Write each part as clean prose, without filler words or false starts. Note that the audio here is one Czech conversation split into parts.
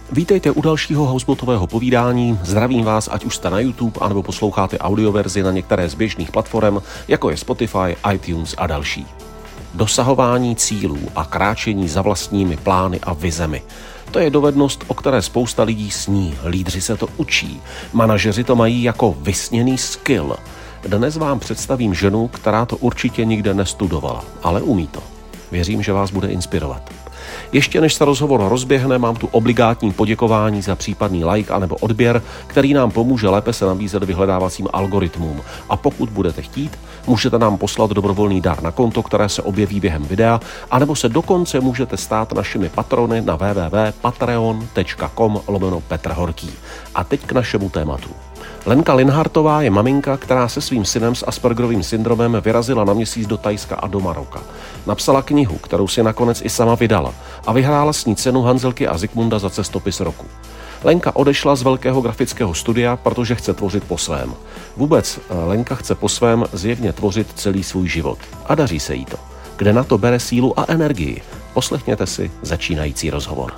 Vítejte u dalšího housebotového povídání. Zdravím vás, ať už jste na YouTube, anebo posloucháte audioverzi na některé z běžných platform, jako je Spotify, iTunes a další. Dosahování cílů a kráčení za vlastními plány a vizemi. To je dovednost, o které spousta lidí sní. Lídři se to učí. Manažeři to mají jako vysněný skill. Dnes vám představím ženu, která to určitě nikde nestudovala, ale umí to. Věřím, že vás bude inspirovat. Ještě než se rozhovor rozběhne, mám tu obligátní poděkování za případný like anebo odběr, který nám pomůže lépe se nabízet vyhledávacím algoritmům. A pokud budete chtít, můžete nám poslat dobrovolný dar na konto, které se objeví během videa, anebo se dokonce můžete stát našimi patrony na www.patreon.com/Petr Horký. A teď k našemu tématu. Lenka Linhartová je maminka, která se svým synem s Aspergerovým syndromem vyrazila na měsíc do Thajska a do Maroka. Napsala knihu, kterou si nakonec i sama vydala a vyhrála s ní cenu Hanzelky a Zikmunda za cestopis roku. Lenka odešla z velkého grafického studia, protože chce tvořit po svém. Vůbec Lenka chce po svém zjevně tvořit celý svůj život. A daří se jí to. Kde na to bere sílu a energii? Poslechněte si začínající rozhovor.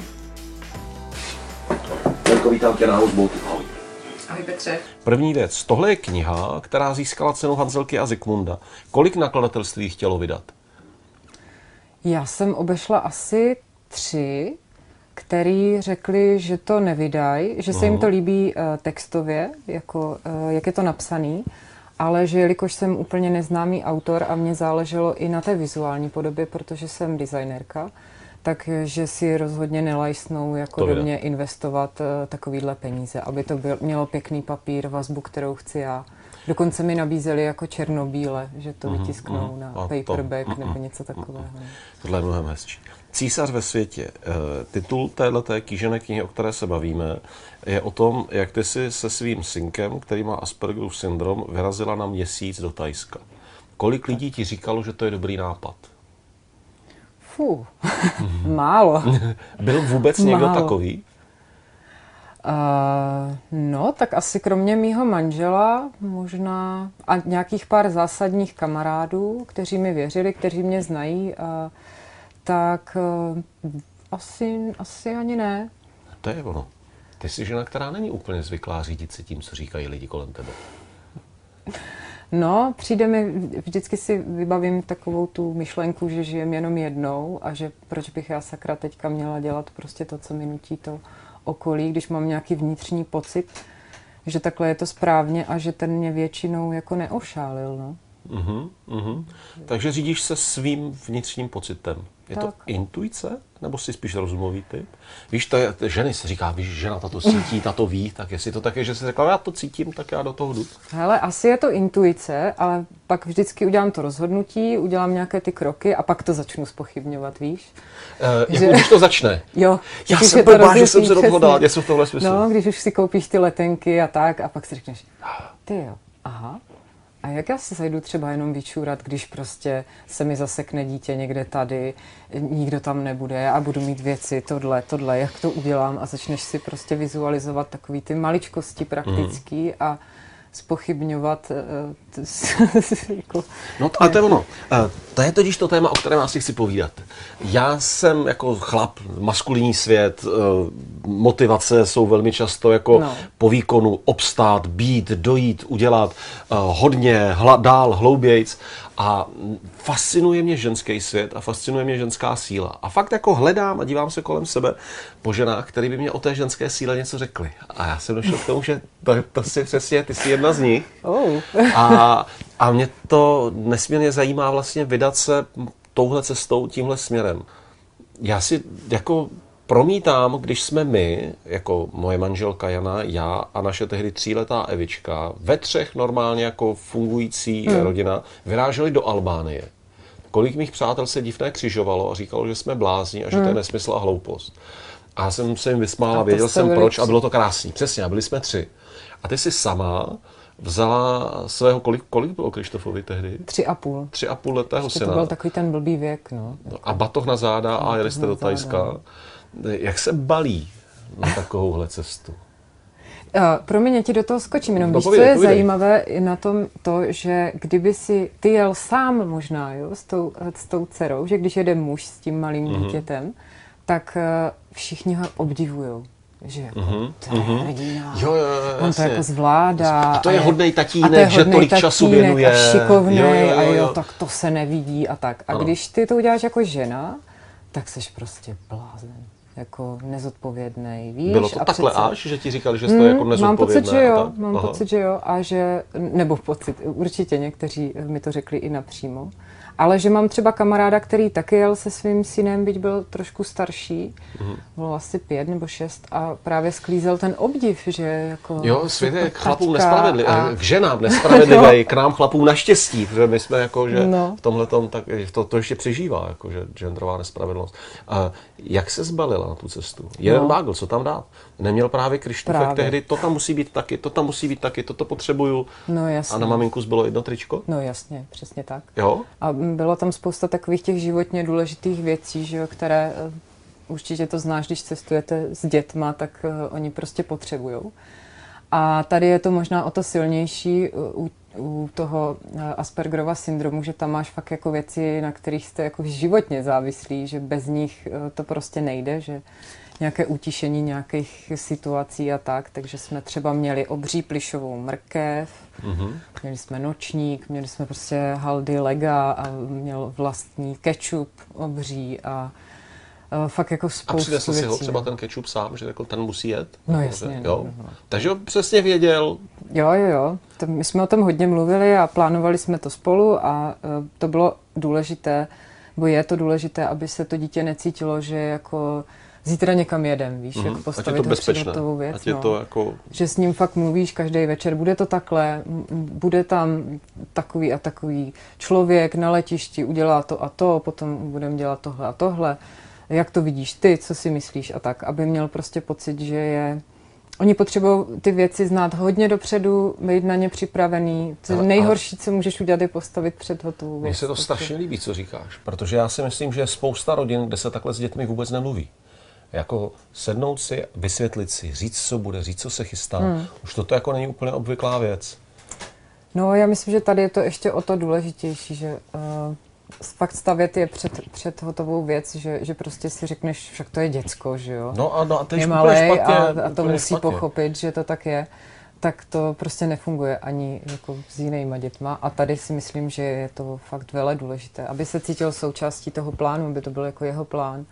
Lenko, vítám tě na Houseboatu. Ahoj Petře. První věc. Tohle je kniha, která získala cenu Hanzelky a Zikmunda. Kolik nakladatelství chtělo vydat? Já jsem obešla asi 3, který řekli, že to nevydají, že se jim to líbí textově, jako, jak je to napsaný, ale že jelikož jsem úplně neznámý autor a mně záleželo i na té vizuální podobě, protože jsem designérka, takže si rozhodně nelajsnou jako do mě investovat takovýhle peníze, aby to mělo pěkný papír, vazbu, kterou chci já. Dokonce mi nabízeli jako černobíle, že to vytisknou na paperback nebo něco takového. Tohle je mnohem hezčí. Císař ve světě. Titul téhleté kýžené knihy, o které se bavíme, je o tom, jak ty si se svým synkem, který má Aspergerův syndrom, vyrazila na měsíc do Thajska. Kolik lidí ti říkalo, že to je dobrý nápad? Málo. Byl vůbec někdo takový? No, tak asi kromě mýho manžela možná a nějakých pár zásadních kamarádů, kteří mi věřili, kteří mě znají, tak asi ani ne. To je ono. Ty jsi žena, která není úplně zvyklá řídit si tím, co říkají lidi kolem tebe. No, přijde mi, vždycky si vybavím takovou tu myšlenku, že žijem jenom jednou a že proč bych já sakra teďka měla dělat prostě to, co mi nutí to okolí, když mám nějaký vnitřní pocit, že takhle je to správně a že ten mě většinou jako neošálil, no. Takže řídíš se svým vnitřním pocitem. Je to intuice, nebo jsi spíš rozumový typ? Víš, to je, ženy se říká, víš, žena tato cítí, tato ví, tak jestli to tak je, že si řekla, já to cítím, tak já do toho jdu. Hele, asi je to intuice, ale pak vždycky udělám to rozhodnutí, udělám nějaké ty kroky a pak to začnu zpochybňovat, víš? Když to začne? Jo. Já jsem blbá, že jsem se rozhodla, něco v tohle smyslu. No, když už si koupíš ty letenky a tak a pak si řekneš, ty jo, aha. A jak já si zajdu třeba jenom vyčůrat, když prostě se mi zasekne dítě někde tady, nikdo tam nebude a budu mít věci, tohle, jak to udělám a začneš si prostě vizualizovat takový ty maličkosti praktický a zpochybňovat jako... No a to je ono. To je totiž to téma, o kterém asi chci povídat. Já jsem jako chlap, maskulinní svět, motivace jsou velmi často jako po výkonu obstát, být, dojít, udělat hodně, dál, hloubějc. A fascinuje mě ženský svět a fascinuje mě ženská síla. A fakt jako hledám a dívám se kolem sebe po ženách, který by mě o té ženské síle něco řekli. A já jsem došel k tomu, že to si přesně, ty jsi jedna z nich. A mě to nesmírně zajímá vlastně vydat se touhle cestou, tímhle směrem. Já si jako promítám, když jsme my, jako moje manželka Jana, já a naše tehdy 3letá Evička, ve 3 normálně jako fungující rodina, vyráželi do Albánie. Kolik mých přátel se divné křižovalo a říkalo, že jsme blázni a že to je nesmysl a hloupost. A já jsem se jim vysmál, věděl jsem proč a bylo to krásný. Přesně, a byli jsme 3. A ty jsi sama vzala svého, kolik bylo Krištofovi tehdy? 3,5. 3,5letého syna. To byl takový ten blbý věk, no. A batoh na záda a jeli jste do Thajska. Jak se balí na takovouhle cestu? Promiň, já ti do toho skočím, jenom víš, co je zajímavé na tom to, že kdyby si ty jel sám možná, jo, s tou dcerou, že když jede muž s tím malým dítětem, tak všichni ho obdivujou. že jako, to je hrdina, jo, on to jako zvládá. A to je hodnej tatínek, že tolik času věnuje. A šikovnej, a jo, tak to se nevidí a tak. A když ty to uděláš jako žena, tak seš prostě blázen. Jako nezodpovědnej, víš? Bylo to takhle až, že ti říkali, že jsi to jako nezodpovědné? Mám pocit, že jo, a že, nebo určitě někteří mi to řekli i napřímo, ale že mám třeba kamaráda, který taky jel se svým synem, byť byl trošku starší, bylo asi 5 nebo 6 a právě sklízel ten obdiv, že jako... Jo, svět je k chlapům nespravedlivý, k ženám nespravedlivý, k nám chlapům naštěstí, protože my jsme jako, že v tomhletom, tak to ještě přežívá, jako, že genderová nespravedlnost. A jak se zbalila na tu cestu? Jeden vágl, co tam dát? Neměl právě Krištofek tehdy, to tam musí být taky, to tam musí být taky, toto potřebuju. No jasně. A na maminku zbylo jedno tričko? No jasně, přesně tak. Jo? A bylo tam spousta takových těch životně důležitých věcí, že jo, které určitě to znáš, když cestujete s dětma, tak oni prostě potřebujou. A tady je to možná o to silnější u toho Aspergerova syndromu, že tam máš fakt jako věci, na kterých jste jako životně závislí, že bez nich to prostě nejde, že nějaké utišení nějakých situací a tak, takže jsme třeba měli obří plyšovou mrkev, měli jsme nočník, měli jsme prostě haldy lega a měl vlastní kečup obří a fakt jako spoustu věcí. A přinesl si ho třeba ten kečup sám, že jako ten musí jet? No jasně. Jo. Takže ho přesně věděl. Jo. My jsme o tom hodně mluvili a plánovali jsme to spolu a to bylo důležité, bo je to důležité, aby se to dítě necítilo, že jako zítra někam jedem, víš, jak postavit ho před hotovou věc. Ať je to jako... Že s ním fakt mluvíš každý večer, bude to takhle, bude tam takový a takový člověk na letišti, udělá to a to, potom budeme dělat tohle a tohle. Jak to vidíš ty, co si myslíš a tak, aby měl prostě pocit, že je... Oni potřebují ty věci znát hodně dopředu, být na ně připravený. Nejhorší, co můžeš udělat, je postavit před hotovou věc. Mně se to strašně líbí, co říkáš, protože já si myslím, že je spousta rodin, kde se takhle s dětmi vůbec nemluví. Jako sednout si, vysvětlit si, říct, co bude, říct, co se chystá. Už toto jako není úplně obvyklá věc. No, já myslím, že tady je to ještě o to důležitější, že fakt stavět je před hotovou věc, že prostě si řekneš, však to je děcko, že jo. No a teď je malej a to musí pochopit, že to tak je. Tak to prostě nefunguje ani jako s jinýma dětma. A tady si myslím, že je to fakt vele důležité, aby se cítil součástí toho plánu, aby to byl jako jeho plán.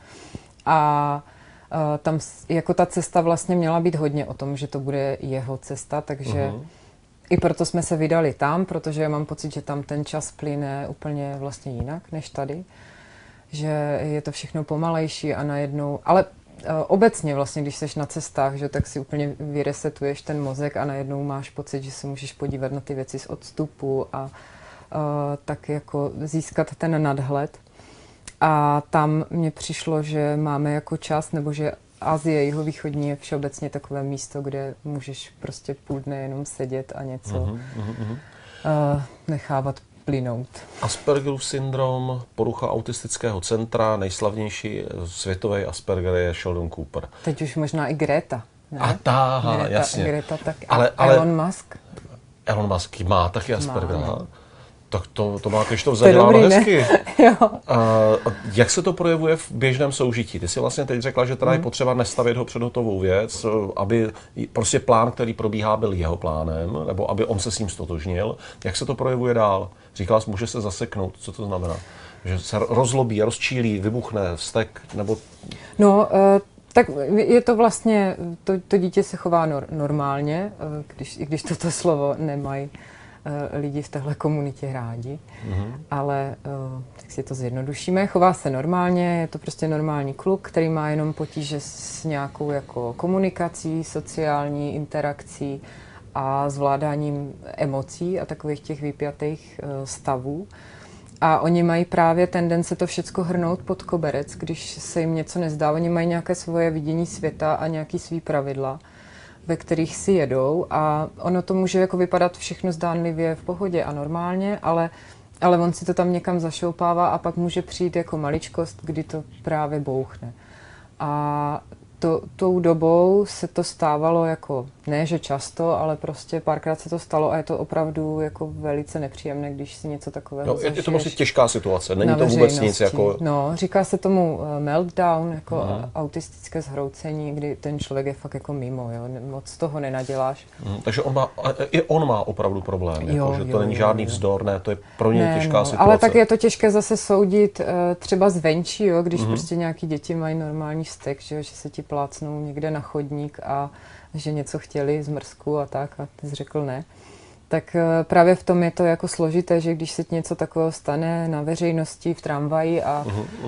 A tam jako ta cesta vlastně měla být hodně o tom, že to bude jeho cesta, takže i proto jsme se vydali tam, protože já mám pocit, že tam ten čas plyne úplně vlastně jinak než tady, že je to všechno pomalejší a najednou, ale obecně vlastně, když seš na cestách, že, tak si úplně vyresetuješ ten mozek a najednou máš pocit, že se můžeš podívat na ty věci z odstupu a tak jako získat ten nadhled. A tam mně přišlo, že máme jako čas, nebo že Asie jihovýchodní je všeobecně takové místo, kde můžeš prostě půl dne jenom sedět a něco nechávat plynout. Aspergerův syndrom, porucha autistického centra, nejslavnější světový Asperger je Sheldon Cooper. Teď už možná i Greta. Ne? A jasně. Greta tak. Ale Elon Musk? Elon Musk má taky Asperger. Tak to má, když to zaděláno hezky. Jak se to projevuje v běžném soužití? Ty jsi vlastně teď řekla, že teda je potřeba nestavět ho před hotovou věc, aby prostě plán, který probíhá, byl jeho plánem, nebo aby on se s ním stotožnil. Jak se to projevuje dál? Říkala jsi, může se zaseknout. Co to znamená? Že se rozlobí, rozčílí, vybuchne, vztek, nebo... No, tak je to vlastně, to dítě se chová normálně, i když toto slovo nemají lidi v téhle komunitě rádi, ale tak si to zjednodušíme. Chová se normálně, je to prostě normální kluk, který má jenom potíže s nějakou jako komunikací, sociální interakcí a zvládáním emocí a takových těch vypjatých stavů. A oni mají právě tendence to všecko hrnout pod koberec, když se jim něco nezdá. Oni mají nějaké svoje vidění světa a nějaký svý pravidla, ve kterých si jedou a ono to může jako vypadat všechno zdánlivě v pohodě a normálně, ale on si to tam někam zašoupává a pak může přijít jako maličkost, kdy to právě bouchne. A tou dobou se to stávalo jako ne, že často, ale prostě párkrát se to stalo a je to opravdu jako velice nepříjemné, když si něco takového zažiješ. Je to prostě těžká situace, není to vůbec nic jako... No, říká se tomu meltdown, jako autistické zhroucení, kdy ten člověk je fakt jako mimo, jo, moc toho nenaděláš. Takže on má opravdu problém, jako, že to není žádný vzdor, ne, to je pro něj těžká situace. Ale tak je to těžké zase soudit třeba zvenčí, jo, když prostě nějaký děti mají normální vztek, že se ti plácnou někde na chodník a že něco chtěli z mrzku a tak a ty jsi řekl ne. Tak právě v tom je to jako složité, že když se ti něco takového stane na veřejnosti, v tramvaji a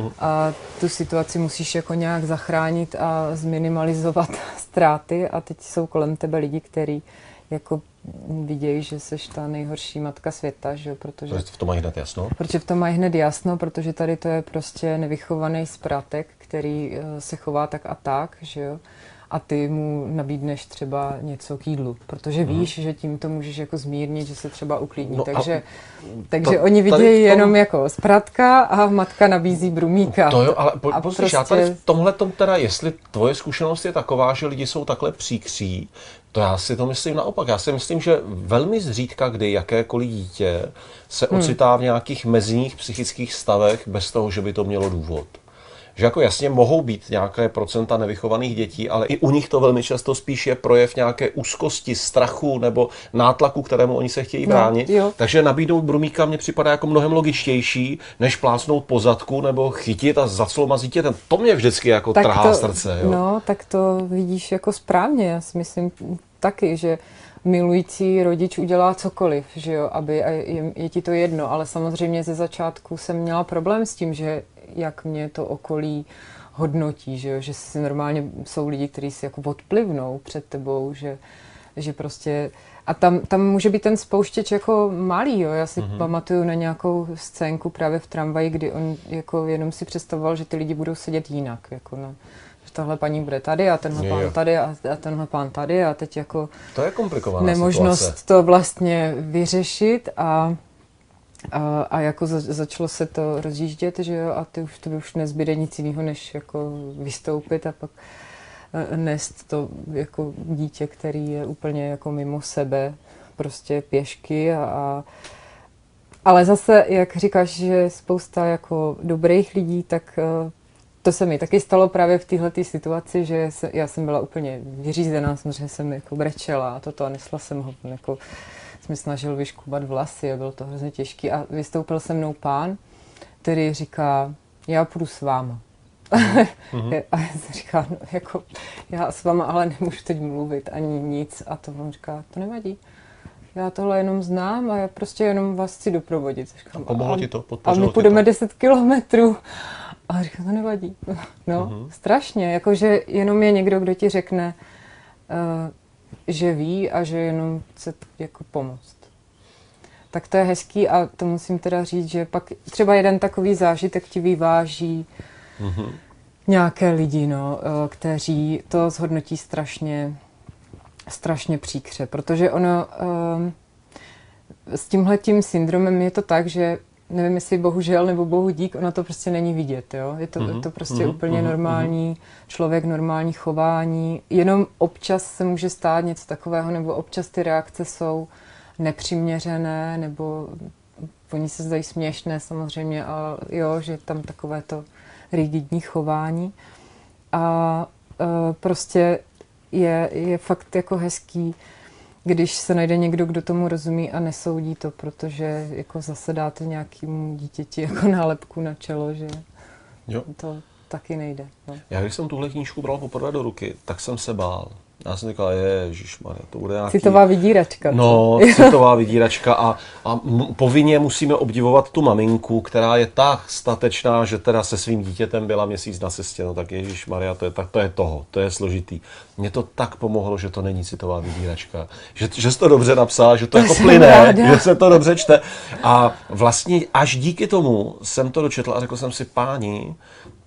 tu situaci musíš jako nějak zachránit a zminimalizovat ztráty a teď jsou kolem tebe lidi, kteří jako vidějí, že seš ta nejhorší matka světa, že jo, protože v tom mají hned jasno. Protože v tom mají hned jasno, protože tady to je prostě nevychovaný spratek, který se chová tak a tak, že jo. A ty mu nabídneš třeba něco k jídlu, protože víš, že tím to můžeš jako zmírnit, že se třeba uklidní. No takže oni vidějí jenom jako spratka a matka nabízí brumíka. To jo, ale prostě... já tady v tomhletom teda, jestli tvoje zkušenost je taková, že lidi jsou takhle příkří, to já si to myslím naopak. Já si myslím, že velmi zřídka, kdy jakékoliv dítě se ocitá v nějakých mezních psychických stavech bez toho, že by to mělo důvod. Že jako jasně mohou být nějaké procenta nevychovaných dětí, ale i u nich to velmi často spíš je projev nějaké úzkosti, strachu nebo nátlaku, kterému oni se chtějí bránit. Takže nabídnout brumíka mně připadá jako mnohem logičtější, než plácnout po zadku nebo chytit a zacloma s dítětem. To mě vždycky jako trhá srdce. Jo? No, tak to vidíš jako správně. Já si myslím taky, že milující rodič udělá cokoliv, že jo, aby je ti to jedno, ale samozřejmě ze začátku jsem měla problém s tím, že jak mě to okolí hodnotí, že jo, že si normálně jsou lidi, kteří si jako odplivnou před tebou, že prostě a tam může být ten spouštěč jako malý, jo. Já si pamatuju na nějakou scénku právě v tramvaji, kdy on jako jenom si představoval, že ty lidi budou sedět jinak, jako no. Že tahle paní bude tady a tenhle pán tady a tenhle pán tady a teď jako to je komplikovaná nemožnost situace. To vlastně vyřešit a jako začalo se to rozjíždět, že jo, a to už nezbyde nic jiného, než jako vystoupit a pak nést to jako dítě, který je úplně jako mimo sebe, prostě pěšky ale zase, jak říkáš, že spousta jako dobrých lidí, tak to se mi taky stalo právě v téhleté situaci, že já jsem byla úplně vyřízená, samozřejmě jsem jako brečela a toto a nesla jsem ho, jako jsem snažil vyškubat vlasy a bylo to hrozně těžký a vystoupil se mnou pán, který říká, já půjdu s váma. A já jsem říkala, no, jako, já s váma ale nemůžu teď mluvit ani nic a to on říká, to nevadí. Já tohle jenom znám a já prostě jenom vás chci doprovodit. Říkám, pomohlo ti to? A my půjdeme 10 kilometrů. A říkám, to nevadí. No, strašně, jakože jenom je někdo, kdo ti řekne, že ví a že jenom chce jako pomoct. Tak to je hezký a to musím teda říct, že pak třeba jeden takový zážitek ti vyváží nějaké lidi, no, kteří to zhodnotí strašně příkře, protože ono s tímhletím syndromem je to tak, že nevím, jestli bohužel nebo bohu dík, ono to prostě není vidět, jo? Je to prostě úplně normální člověk, normální chování, jenom občas se může stát něco takového, nebo občas ty reakce jsou nepřiměřené, nebo oni se zdají směšné samozřejmě, ale jo, že tam takové to rigidní chování a prostě je fakt jako hezký, když se najde někdo, kdo tomu rozumí a nesoudí to, protože jako zase dáte nějakému dítěti jako nálepku na čelo, že to taky nejde. No. Já když jsem tuhle knížku bral poprvé do ruky, tak jsem se bál. Já jsem říkal, ježišmarja, to bude nějaký... Citová vydíračka. No, citová vydíračka a povinně musíme obdivovat tu maminku, která je tak statečná, že teda se svým dítětem byla měsíc na cestě, no tak ježišmarja, to je složitý. Mně to tak pomohlo, že to není citová vydíračka, že jsi to dobře napsal, že to jako plyne, že se to dobře čte. A vlastně až díky tomu jsem to dočetl a řekl jsem si, páni,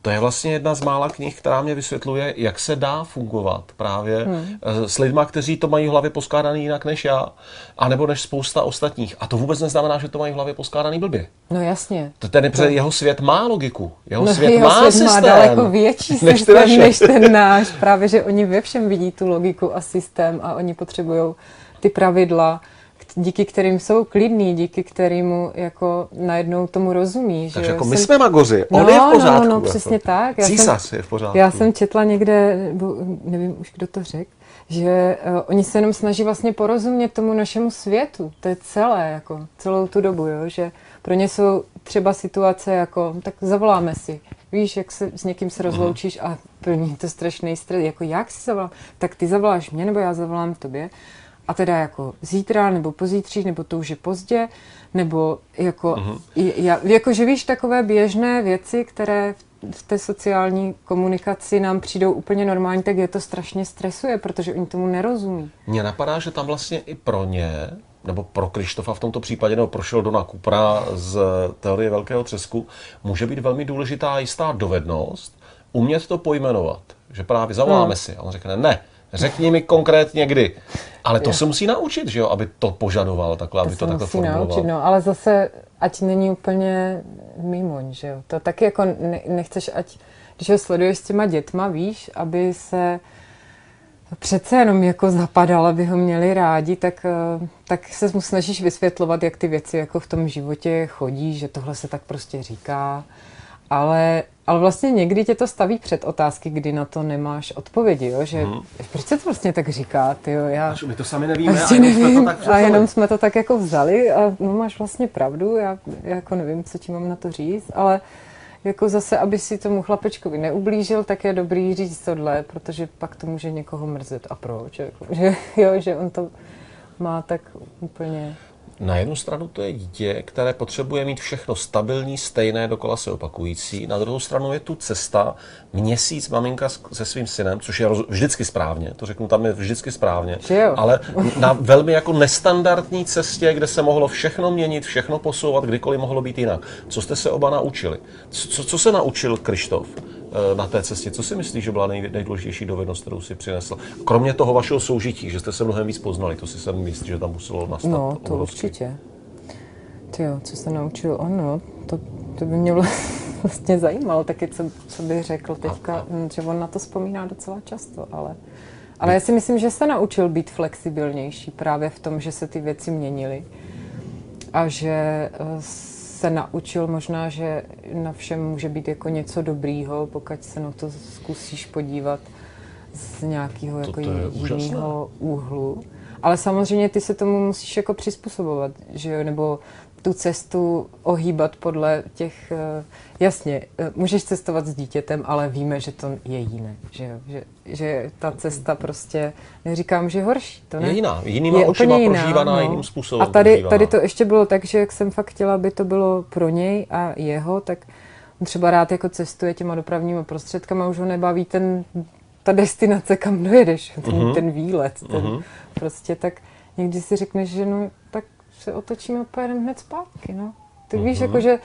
To je vlastně jedna z mála knih, která mě vysvětluje, jak se dá fungovat právě s lidma, kteří to mají v hlavě poskládaný jinak než já, anebo než spousta ostatních. A to vůbec neznamená, že to mají v hlavě poskládaný blbě. No jasně. Jeho svět má logiku. Jeho svět jeho má svět systém. Má daleko větší systém než ten náš. Právě, že oni ve všem vidí tu logiku a systém a oni potřebují ty pravidla, díky kterým jsou klidní, díky kterému jako najednou tomu rozumí. Takže jako my jsme magoři, on je v pořádku. No, přesně tak. Císař je v pořádku. Já jsem četla někde, nevím už, kdo to řekl, že oni se jenom snaží vlastně porozumět tomu našemu světu. To je celé, jako celou tu dobu, jo? Že pro ně jsou třeba situace jako, tak zavoláme si. Víš, jak se s někým se rozloučíš a pro ně to strašný stres. Jako jak si zavolám? Tak ty zavoláš mě, nebo já zavolám tobě. A teda jako zítra, nebo pozítří, nebo to už je pozdě, nebo jako, jako že víš, takové běžné věci, které v té sociální komunikaci nám přijdou úplně normální, tak je to strašně stresuje, protože oni tomu nerozumí. Mně napadá, že tam vlastně i pro ně, nebo pro Kryštofa v tomto případě, nebo pro Sheldona Coopera z Teorie velkého třesku, může být velmi důležitá jistá dovednost umět to pojmenovat. Že právě zavoláme si a on řekne ne. Řekni mi konkrétně kdy. Ale to se musí naučit, že jo, aby to požadoval takhle, aby to takhle formuloval. Naučit, no, ale zase, ať není úplně mimoň, že jo. To taky jako nechceš, ať, když ho sleduješ s těma dětma, víš, aby se přece jenom jako zapadal, aby ho měli rádi, tak se mu snažíš vysvětlovat, jak ty věci jako v tom životě chodí, že tohle se tak prostě říká. Ale vlastně někdy tě to staví před otázky, kdy na to nemáš odpovědi, jo? Že proč se to vlastně tak říká, tyjo? My to sami nevíme a jenom jsme to tak jako vzali a no, máš vlastně pravdu, já jako nevím, co ti mám na to říct, ale jako zase, aby si tomu chlapečkovi neublížil, tak je dobrý říct tohle, protože pak to může někoho mrzet. A proč? Jako, že on to má tak úplně... Na jednu stranu to je dítě, které potřebuje mít všechno stabilní, stejné, dokola se opakující. Na druhou stranu je tu cesta, měsíc maminka se svým synem, což je vždycky správně, to řeknu, tam je vždycky správně, ale na velmi jako nestandardní cestě, kde se mohlo všechno měnit, všechno posouvat, kdykoliv mohlo být jinak. Co jste se oba naučili? Co se naučil Kryštof na té cestě? Co si myslíš, že byla nejdůležitější dovednost, kterou si přinesl? Kromě toho vašeho soužití, že jste se mnohem víc poznali, to si jsem myslí, že tam muselo nastat. No, to určitě. Tyjo, co se naučil on, no, to by mě vlastně zajímalo, taky co by řekl teďka, že on na to vzpomíná docela často, ale já si myslím, že se naučil být flexibilnější právě v tom, že se ty věci měnily a že se naučil možná, že na všem může být jako něco dobrýho, pokud se na to zkusíš podívat z nějakého jako jiného úhlu. Ale samozřejmě ty se tomu musíš jako přizpůsobovat, že jo, nebo tu cestu ohýbat podle těch, jasně, můžeš cestovat s dítětem, ale víme, že to je jiné, že jo, že ta cesta prostě, neříkám, že je horší, to ne. Je jiná, jinýma očima prožívaná, jiným způsobem. A tady to ještě bylo tak, že jak jsem fakt chtěla, aby to bylo pro něj a jeho, tak třeba rád jako cestuje těma dopravníma prostředkama, už ho nebaví ta destinace, kam dojedeš, ten výlet, prostě tak někdy si řekneš, že no, tak se otočíme a pojedeme hned zpátky, no. Ty víš, jako, že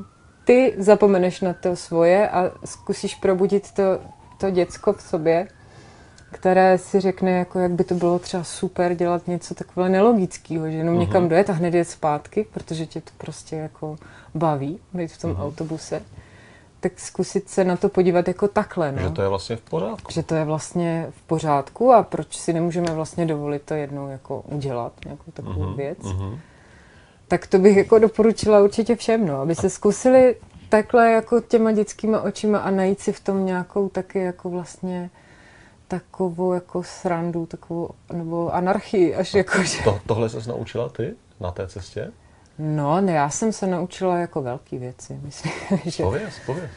ty zapomeneš na to svoje a zkusíš probudit to děcko v sobě, které si řekne, jako, jak by to bylo třeba super dělat něco takového nelogického, že jenom někam dojet a hned jet zpátky, protože tě to prostě jako baví, být v tom autobuse. Tak zkusit se na to podívat jako takhle, no. Že to je vlastně v pořádku. Že to je vlastně v pořádku a proč si nemůžeme vlastně dovolit to jednou jako udělat, nějakou takovou věc. Tak to bych jako doporučila určitě všem, no, aby se zkusili takhle jako těma dětskýma očima a najít si v tom nějakou taky jako vlastně takovou jako srandu, takovou, nebo anarchii, až jako, že... Tohle ses naučila ty na té cestě? No, já jsem se naučila jako velké věci, myslím, že... Pověz.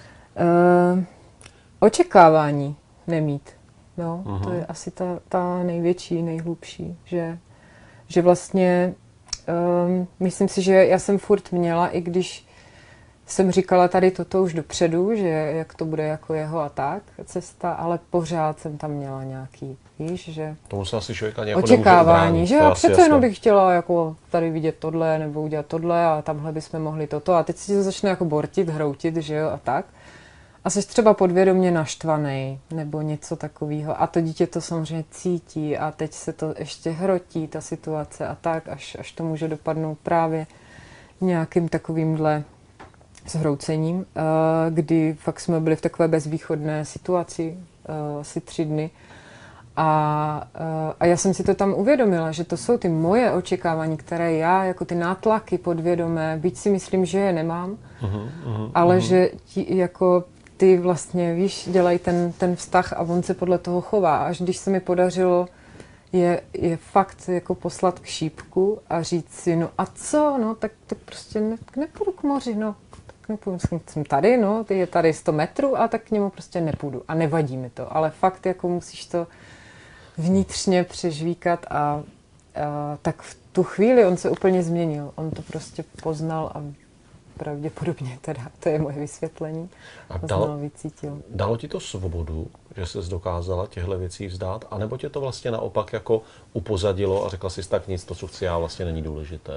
Očekávání nemít, no, to je asi ta největší, nejhlubší, že vlastně myslím si, že já jsem furt měla, i když jsem říkala tady toto už dopředu, že jak to bude jako jeho a tak cesta, ale pořád jsem tam měla nějaký, víš, že... Tomu se asi člověka nějak očekávání, že já přece jenom bych chtěla jako tady vidět tohle nebo udělat tohle a tamhle bychom mohli toto a teď si to začne jako bortit, hroutit, že jo, a tak. A jsi třeba podvědomě naštvaný nebo něco takového. A to dítě to samozřejmě cítí a teď se to ještě hrotí, ta situace a tak, až to může dopadnout právě nějakým takovýmhle zhroucením, kdy fakt jsme byli v takové bezvýchodné situaci asi 3 dny. A já jsem si to tam uvědomila, že to jsou ty moje očekávání, které já, jako ty nátlaky podvědomé, byť si myslím, že je nemám, ale že jako ty vlastně, víš, dělají ten vztah a on se podle toho chová. Až když se mi podařilo je fakt jako poslat k šípku a říct si, no a co, no tak prostě nepůjdu k moři, no. Nepůjdu, jsem tady, no, je tady 100 metrů a tak k němu prostě nepůjdu. A nevadí mi to, ale fakt jako musíš to vnitřně přežvíkat a tak v tu chvíli on se úplně změnil. On to prostě poznal a pravděpodobně teda, to je moje vysvětlení, poznal, vycítil. Dalo ti to svobodu, že ses dokázala těchto věcí vzdát, anebo tě to vlastně naopak jako upozadilo a řekla jsi tak nic, to, co chci já, vlastně není důležité?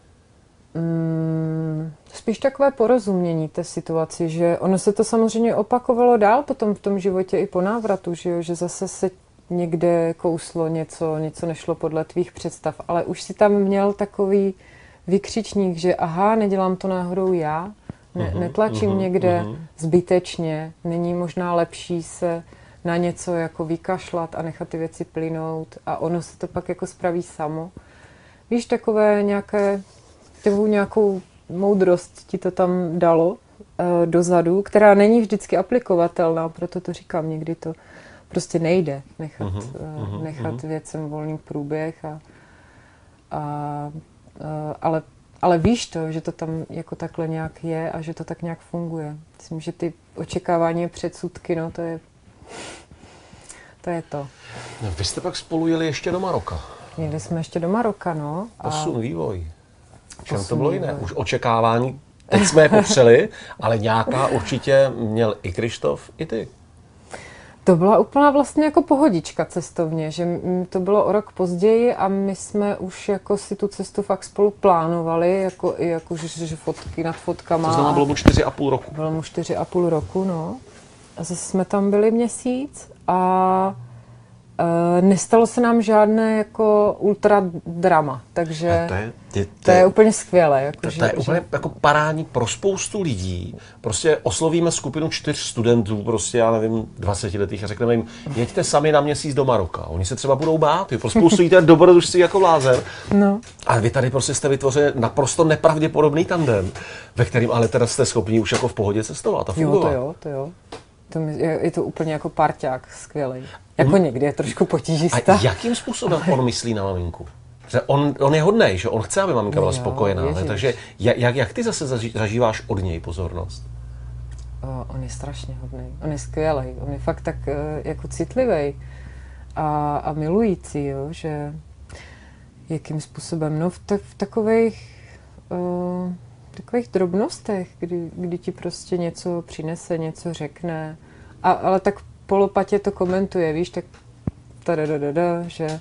Spíš takové porozumění té situaci, že ono se to samozřejmě opakovalo dál potom v tom životě i po návratu, že zase se někde kouslo něco nešlo podle tvých představ, ale už si tam měl takový vykřičník, že aha, nedělám to náhodou já, netlačím někde zbytečně, není možná lepší se na něco jako vykašlat a nechat ty věci plynout a ono se to pak jako spraví samo. Víš, takové nějakou moudrost ti to tam dalo dozadu, která není vždycky aplikovatelná, proto to říkám, někdy to prostě nejde nechat věcem volný průběh ale víš to, že to tam jako takhle nějak je a že to tak nějak funguje. Myslím, že ty očekávání předsudky, no to je to. No, vy jste pak spolu jeli ještě do Maroka. Jeli jsme ještě do Maroka, no. Posun, vývoj. Čem to bylo jiné? Už očekávání, teď jsme je popřeli, ale nějaká určitě měl i Krištof, i ty. To byla úplná vlastně jako pohodička cestovně, že to bylo o rok později a my jsme už jako si tu cestu fakt spolu plánovali, že fotky nad fotkama. To znamená, bylo mu 4,5 roku. Bylo mu 4,5 roku, no. A zase jsme tam byli měsíc a nestalo se nám žádné jako ultra drama, takže to je úplně skvělé. Jako, to je úplně jako parádní pro spoustu lidí. Prostě oslovíme skupinu 4 studentů, prostě já nevím, 20letých a řekneme jim, jeďte sami na měsíc do Maroka. Oni se třeba budou bát, pro spoustu jí to je dobrodružství jako blázen. No. Ale vy tady prostě jste vytvořili naprosto nepravděpodobný tandem, ve kterým ale teda jste schopni už jako v pohodě cestovat a fungovat. To jo. Je to úplně jako parťák skvělý. Jako někdy je trošku potížistá. A jakým způsobem on myslí na maminku? Že on je hodnej, že on chce, aby maminka byla spokojená. Takže jak ty zase zažíváš od něj pozornost? On je strašně hodnej. On je skvělý. On je fakt tak jako citlivý a milující, jo, že jakým způsobem? No v takových drobnostech, kdy ti prostě něco přinese, něco řekne. Ale tak polopatě to komentuje, víš, tak že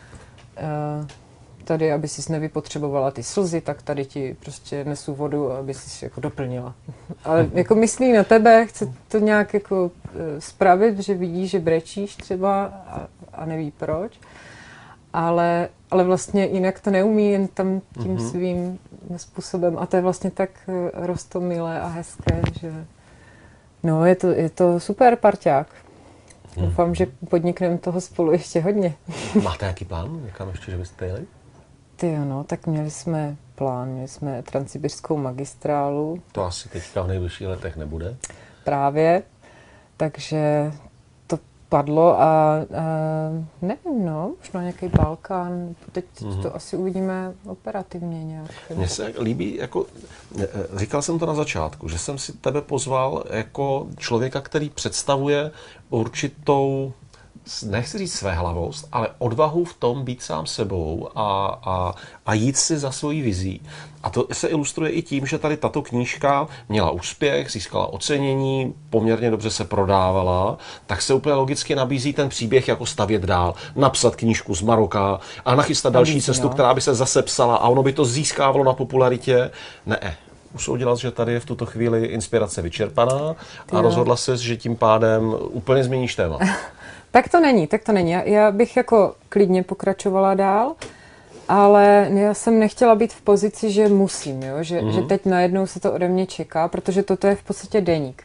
tady, aby si nevypotřebovala ty slzy, tak tady ti prostě nesu vodu, aby si jako doplnila. Ale jako myslí na tebe, chce to nějak jako spravit, že vidí, že brečíš třeba a neví proč. Ale vlastně jinak to neumí, jen tam tím svým způsobem. A to je vlastně tak roztomilé a hezké, že no, je to super parťák. Doufám, že podnikneme toho spolu ještě hodně. Máte nějaký plán? Někam ještě, že byste jeli? No, tak měli jsme transsibirskou magistrálu. To asi teďka v nejbližších letech nebude. Právě, takže to padlo a nevím, no, možná nějaký Balkán, teď to asi uvidíme operativně nějak. Mně se líbí, jako říkal jsem to na začátku, že jsem si tebe pozval jako člověka, který představuje určitou, nechci říct svéhlavost, ale odvahu v tom být sám sebou a jít si za svojí vizí. A to se ilustruje i tím, že tady tato knížka měla úspěch, získala ocenění, poměrně dobře se prodávala, tak se úplně logicky nabízí ten příběh jako stavět dál, napsat knížku z Maroka a nachystat další cestu, která by se zase psala a ono by to získávalo na popularitě. Ne, usoudila, že tady je v tuto chvíli inspirace vyčerpaná a rozhodla se, že tím pádem úplně změníš téma. Tak to není. Já bych jako klidně pokračovala dál, ale já jsem nechtěla být v pozici, že musím, jo? Že teď najednou se to ode mě čeká, protože toto je v podstatě deník.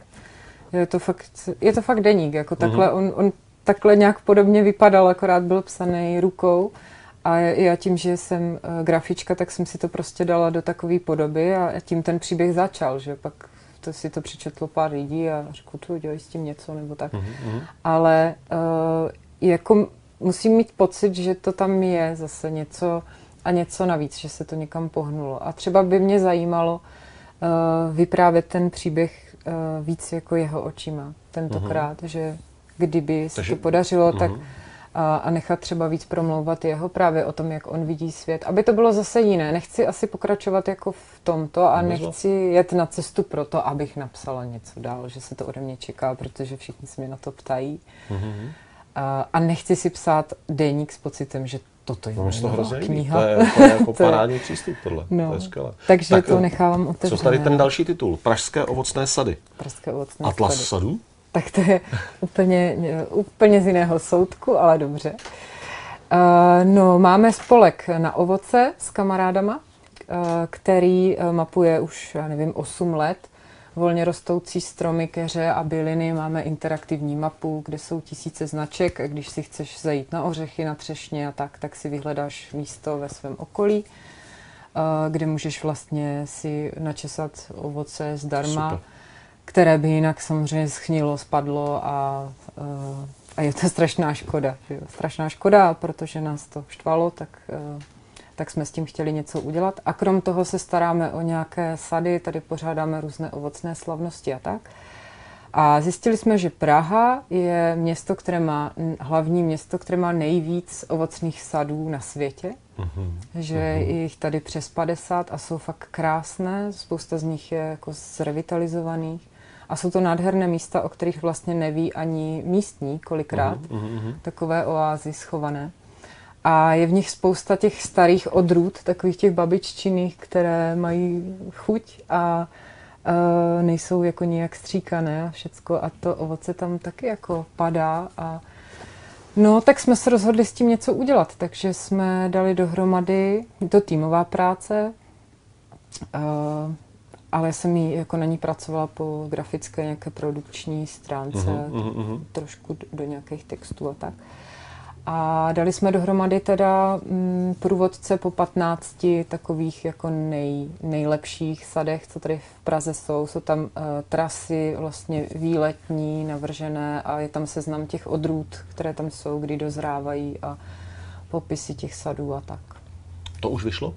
Je to fakt deník, jako takhle, on takhle nějak podobně vypadal, akorát byl psaný rukou. A já tím, že jsem grafička, tak jsem si to prostě dala do takové podoby a tím ten příběh začal, že pak to si to přečetlo pár lidí a řekl, tu dělej s tím něco nebo tak. Ale jako musím mít pocit, že to tam je zase něco a něco navíc, že se to někam pohnulo. A třeba by mě zajímalo vyprávět ten příběh víc jako jeho očima tentokrát, že kdyby se to podařilo, tak a nechat třeba víc promlouvat jeho právě o tom, jak on vidí svět. Aby to bylo zase jiné. Nechci asi pokračovat jako v tomto a nechci jet na cestu proto, abych napsala něco dál, že se to ode mě čeká, protože všichni se mě na to ptají. A nechci si psát deník s pocitem, že toto je kniha. To je jako parádní přístup tohle. No, to je skvělé. Takže tak, to nechávám otevřené. Co tady ten další titul? Pražské ovocné sady. Pražské ovocné Atlas sady. sadů? Tak to je úplně z jiného soudku, ale dobře. No, máme spolek na ovoce s kamarádama, který mapuje už, já nevím, 8 let. Volně rostoucí stromy, keře a byliny. Máme interaktivní mapu, kde jsou tisíce značek. A když si chceš zajít na ořechy, na třešně a tak si vyhledáš místo ve svém okolí, kde můžeš vlastně si načesat ovoce zdarma. Super. Které by jinak samozřejmě schnilo, spadlo a je to strašná škoda. Že jo? Strašná škoda, protože nás to štvalo, tak jsme s tím chtěli něco udělat. A krom toho se staráme o nějaké sady, tady pořádáme různé ovocné slavnosti a tak. A zjistili jsme, že Praha je hlavní město, které má nejvíc ovocných sadů na světě. Že je jich tady přes 50 a jsou fakt krásné. Spousta z nich je jako zrevitalizovaných. A jsou to nádherné místa, o kterých vlastně neví ani místní kolikrát. Takové oázy schované. A je v nich spousta těch starých odrůd, takových těch babiččinných, které mají chuť a nejsou jako nijak stříkané a všecko. A to ovoce tam taky jako padá. No, tak jsme se rozhodli s tím něco udělat. Takže jsme dali dohromady, je to týmová práce, ale jsem jako na ní pracovala po grafické nějaké produkční stránce, trošku do nějakých textů a tak. A dali jsme dohromady teda průvodce po 15 takových jako nejlepších sadech, co tady v Praze jsou. Jsou tam trasy vlastně výletní, navržené a je tam seznam těch odrůd, které tam jsou, kdy dozrávají a popisy těch sadů a tak. To už vyšlo?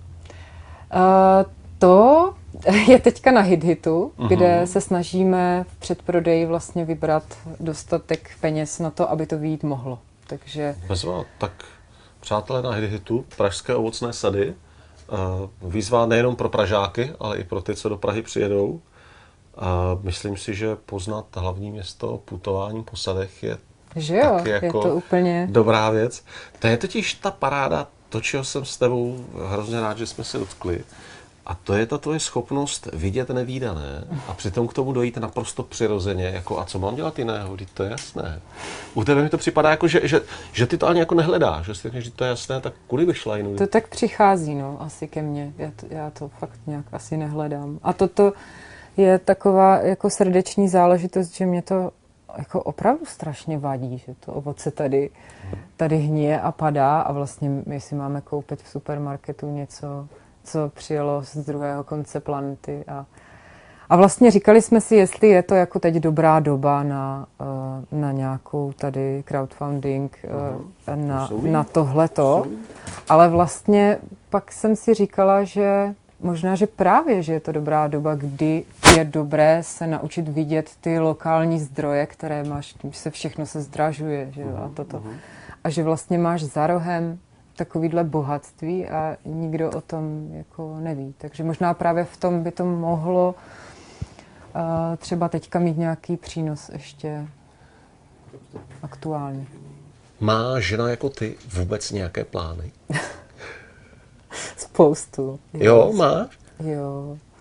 To je teďka na HitHitu, kde se snažíme v předprodeji vlastně vybrat dostatek peněz na to, aby to vyjít mohlo. Takže... Bezva, tak přátelé na HitHitu, Pražské ovocné sady, výzva nejenom pro Pražáky, ale i pro ty, co do Prahy přijedou. Myslím si, že poznat hlavní město putováním po sadech je taky jako je to úplně... dobrá věc. To je totiž ta paráda, to, čeho jsem s tebou hrozně rád, že jsme se dotkli. A to je ta tvoje schopnost vidět nevídané a přitom k tomu dojít naprosto přirozeně, jako a co mám dělat jiného, vždyť to je jasné. U tebe mi to připadá jako, že ty to ani jako nehledáš, že si řekneš, že to je jasné, tak kudy by šla jinou? To tak přichází, no, asi ke mně, já to fakt nějak asi nehledám. A toto je taková jako srdeční záležitost, že mě to jako opravdu strašně vadí, že to ovoce tady hníje a padá a vlastně my si máme koupit v supermarketu něco, co přijelo z druhého konce planety. A vlastně říkali jsme si, jestli je to jako teď dobrá doba na nějakou tady crowdfunding, na tohleto. Ale vlastně pak jsem si říkala, že možná, že právě, že je to dobrá doba, kdy je dobré se naučit vidět ty lokální zdroje, které máš, když se všechno se zdražuje, že jo, a toto. A že vlastně máš za rohem takovýhle bohatství a nikdo o tom jako neví. Takže možná právě v tom by to mohlo třeba teďka mít nějaký přínos ještě aktuální. Má žena jako ty vůbec nějaké plány? Spoustu. Jo, máš? Jo,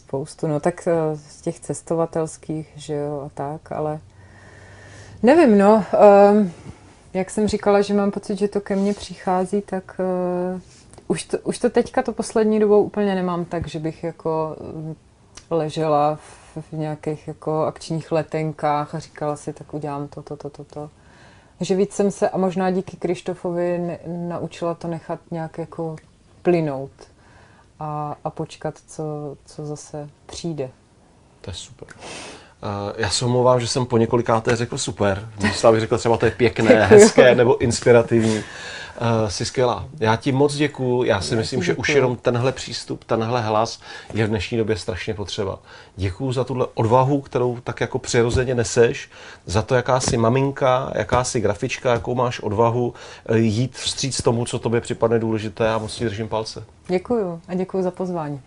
spoustu. No tak z těch cestovatelských, že jo, a tak, ale nevím, no. Jak jsem říkala, že mám pocit, že to ke mně přichází, tak už to teďka to poslední dobou úplně nemám tak, že bych jako ležela v nějakých jako akčních letenkách a říkala si, tak udělám to. Že víc jsem se, a možná díky Krištofovi, naučila to nechat nějak jako plynout a počkat, co zase přijde. To je super. Já se omlouvám, že jsem po několikáté řekl super. Místo bych řekl třeba, to je pěkné, hezké nebo inspirativní. Jsi skvělá. Já ti moc děkuju. Já si myslím, že už jenom tenhle přístup, tenhle hlas je v dnešní době strašně potřeba. Děkuju za tuhle odvahu, kterou tak jako přirozeně neseš, za to, jaká jsi maminka, jaká jsi grafička, jakou máš odvahu jít vstříc tomu, co tobě připadne důležité, a moc ti držím palce. Děkuju a děkuju za pozvání.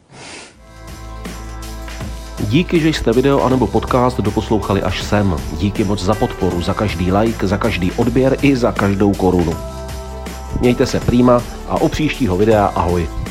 Díky, že jste video anebo podcast doposlouchali až sem. Díky moc za podporu, za každý like, za každý odběr i za každou korunu. Mějte se prýma a u příštího videa ahoj.